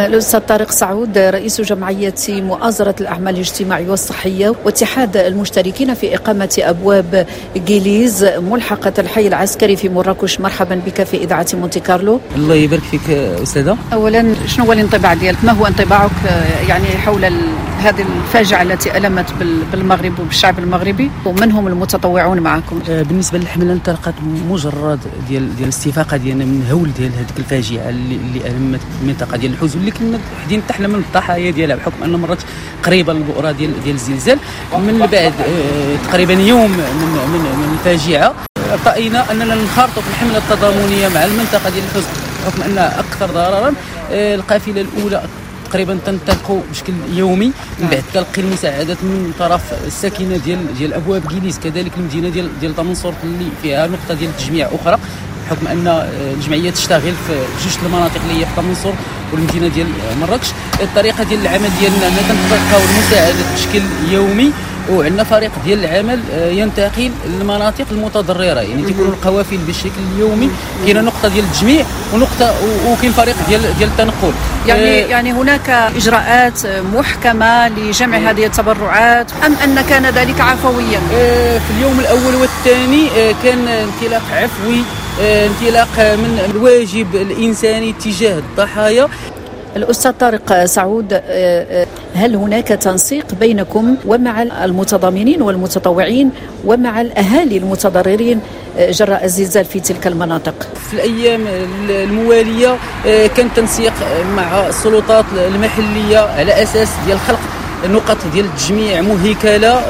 الأستاذ طارق سعود رئيس جمعية مؤازرة الأعمال الاجتماعية والصحية واتحاد المشتركين في إقامة أبواب جيليز ملحقة الحي العسكري في مراكش. مرحبا بك في إذاعة مونتي كارلو. الله يبارك فيك أستاذة. أولا شنو هو الانطباع ديالك؟ ما هو انطباعك يعني حول هذه الفاجعة التي ألمت بالمغرب وبالشعب المغربي، ومن هم المتطوعون معكم؟ بالنسبة للحملة انطلقت مجرد ديال الاستفاقة ديالنا من هول ديال هذيك الفاجعة اللي ألمت المنطقة ديال الحوز، واللي كنا حدين حنا من الضحايا ديالها بحكم أن مرات قريبة البؤرة ديال الزلزال. من بعد تقريبا يوم من الفاجعة رأينا أننا ننخرطوا في الحملة التضامنية مع المنطقة ديال الحوز بحكم أنها أكثر ضررا. القافلة الأولى تقريبا تنطلقوا بشكل يومي، من بعد تلقي المساعدات من طرف الساكنه ديال ابواب جيليز، كذلك المدينه ديال طمنصور اللي فيها نقطه ديال التجميع اخرى بحكم ان الجمعيه تشتغل في جوج المناطق اللي هي في طمنصور والمدينه ديال مراكش. الطريقه ديال العمل ديالنا اننا تنتلقاو المساعدات بشكل يومي، وعندنا فريق ديال العمل ينتقل للمناطق المتضرره، يعني تيكونوا القوافل بالشكل اليومي، كاينه نقطه ديال التجميع ونقطه وكاين فريق ديال التنقل. يعني هناك اجراءات محكمه لجمع هذه التبرعات ام ان كان ذلك عفويا؟ في اليوم الاول والثاني كان انطلاق عفوي، انطلاق من الواجب الانساني تجاه الضحايا. الأستاذ طارق سعود، هل هناك تنسيق بينكم ومع المتضامنين والمتطوعين ومع الأهالي المتضررين جراء الزلزال في تلك المناطق؟ في الأيام الموالية كان تنسيق مع السلطات المحلية على أساس ديال خلق نقط ديال التجميع مهيكله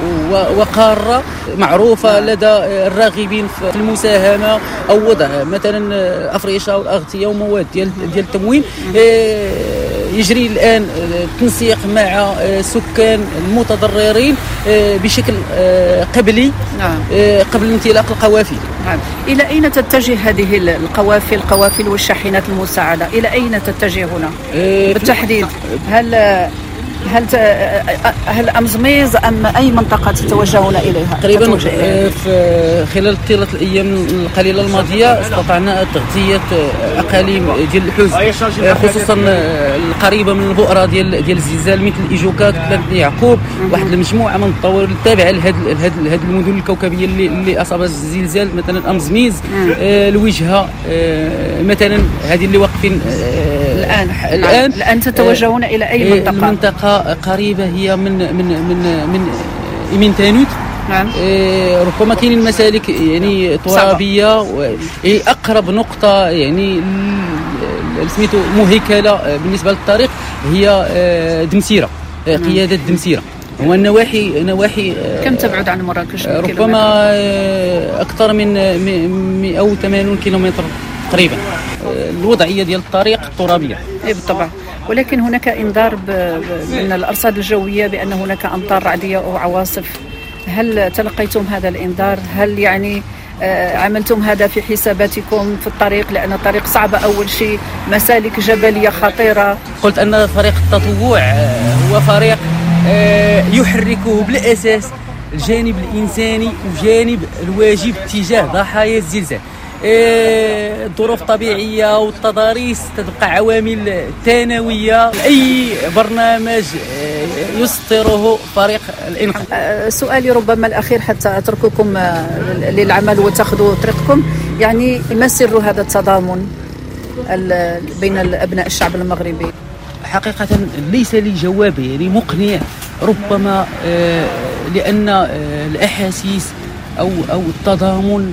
وقاره معروفه لدى الراغبين في المساهمه او وضع مثلا افريشه والاغطيه ومواد ديال التموين. يجري الان التنسيق مع سكان المتضررين بشكل قبلي قبل انطلاق القوافل. نعم. الى اين تتجه هذه القوافل والشاحنات المساعده؟ الى اين تتجه هنا بالتحديد؟ هل أمزميز أم أي منطقة تتوجهون إليها؟ تقريبا في خلال طيلة الأيام القليلة الماضية استطعنا تغطية أقاليم ديال الحوز، خصوصا القريبة من البؤرة ديال الزلزال مثل إيجوكا، كتلة يعقوب، واحد المجموعة من الطوارئ التابعة لهذه المدن الكوكبية اللي أصابها الزلزال، مثلا أمزميز، الوجهة مثلا، هذه اللي واقفين الآن تتوجهون إلى أي منطقة؟ المنطقة قريبة هي من تانوت. نعم. ربما كاينين مسالك يعني ترابية، أقرب نقطة يعني سميتو مهيكلة بالنسبة للطريق هي دمسيرة، قيادة دمسيرة. هو نواحي كم تبعد عن مراكش؟ ربما أكثر من 180 كيلومتر تقريبا. الوضعية ديال الطريق الترابية. بالطبع، ولكن هناك إنذار من الأرصاد الجوية بأن هناك أمطار رعدية أو عواصف. هل تلقيتم هذا الإنذار؟ هل يعني عملتم هذا في حساباتكم في الطريق؟ لأن الطريق صعبة أول شيء، مسالك جبلية خطيرة. قلت أن فريق التطوع هو فريق يحركه بالأساس الجانب الإنساني وجانب الواجب تجاه ضحايا الزلزال. الظروف الطبيعية والتضاريس تبقى عوامل ثانوية أي برنامج يسطره فريق الإنقاذ. سؤالي ربما الأخير حتى أترككم للعمل وتأخذوا طريقكم، يعني ما سر هذا التضامن بين أبناء الشعب المغربي؟ حقيقة ليس لي جواب يعني مقنع، ربما لأن الأحاسيس أو التضامن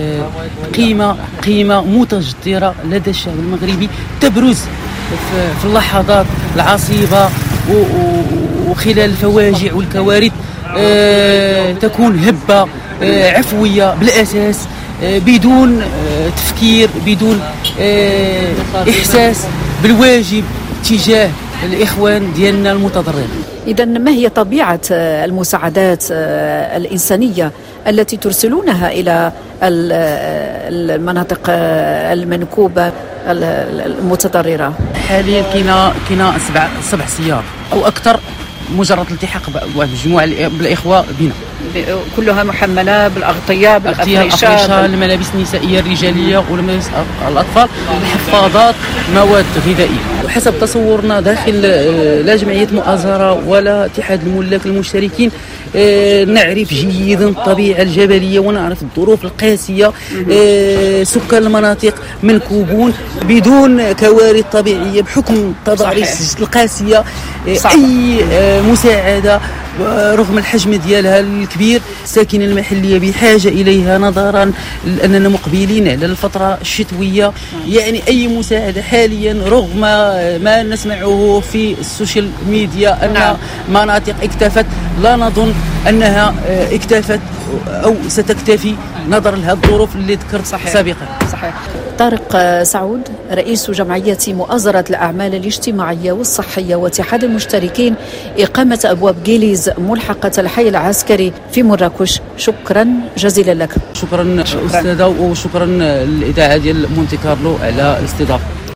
قيمة متجذرة لدى الشعب المغربي تبرز في اللحظات العصيبة وخلال الفواجع والكوارث. تكون هبة عفوية بالأساس، بدون تفكير، بدون إحساس بالواجب تجاه الإخوان ديالنا المتضررين. إذن ما هي طبيعة المساعدات الإنسانية التي ترسلونها إلى المناطق المنكوبة المتضررة؟ حاليا كاينه 7 سيارات أو أكثر مجرد الالتحاق بمجموعه بالاخوه بنا، كلها محمله بالاغطيه، بالافريشه، الملابس النسائيه الرجاليه والملابس الاطفال، الحفاضات، مواد غذائيه. وحسب تصورنا داخل لا جمعيه مؤازره ولا اتحاد الملاك المشتركين نعرف جيدا الطبيعه الجبليه ونعرف الظروف القاسيه. سكان المناطق منكوبون بدون كوارث طبيعيه بحكم التضاريس القاسيه. اي مساعده رغم الحجم ديالها الكبير الساكنه المحليه بحاجه اليها، نظرا لاننا مقبلين على الفتره الشتويه. يعني اي مساعده حاليا رغم ما نسمعه في السوشيال ميديا ان مناطق اكتفت، لا نظن انها اكتفت او ستكتفي نظرا لهذه الظروف اللي ذكرت سابقا. صحيح. طارق سعود رئيس جمعية مؤازرة الأعمال الاجتماعية والصحية واتحاد المشتركين إقامة أبواب جيليز ملحقة الحي العسكري في مراكش، شكرا جزيلا لك. شكرا أستاذة، وشكرا للإذاعة ديال مونتي كارلو على الاستضافة.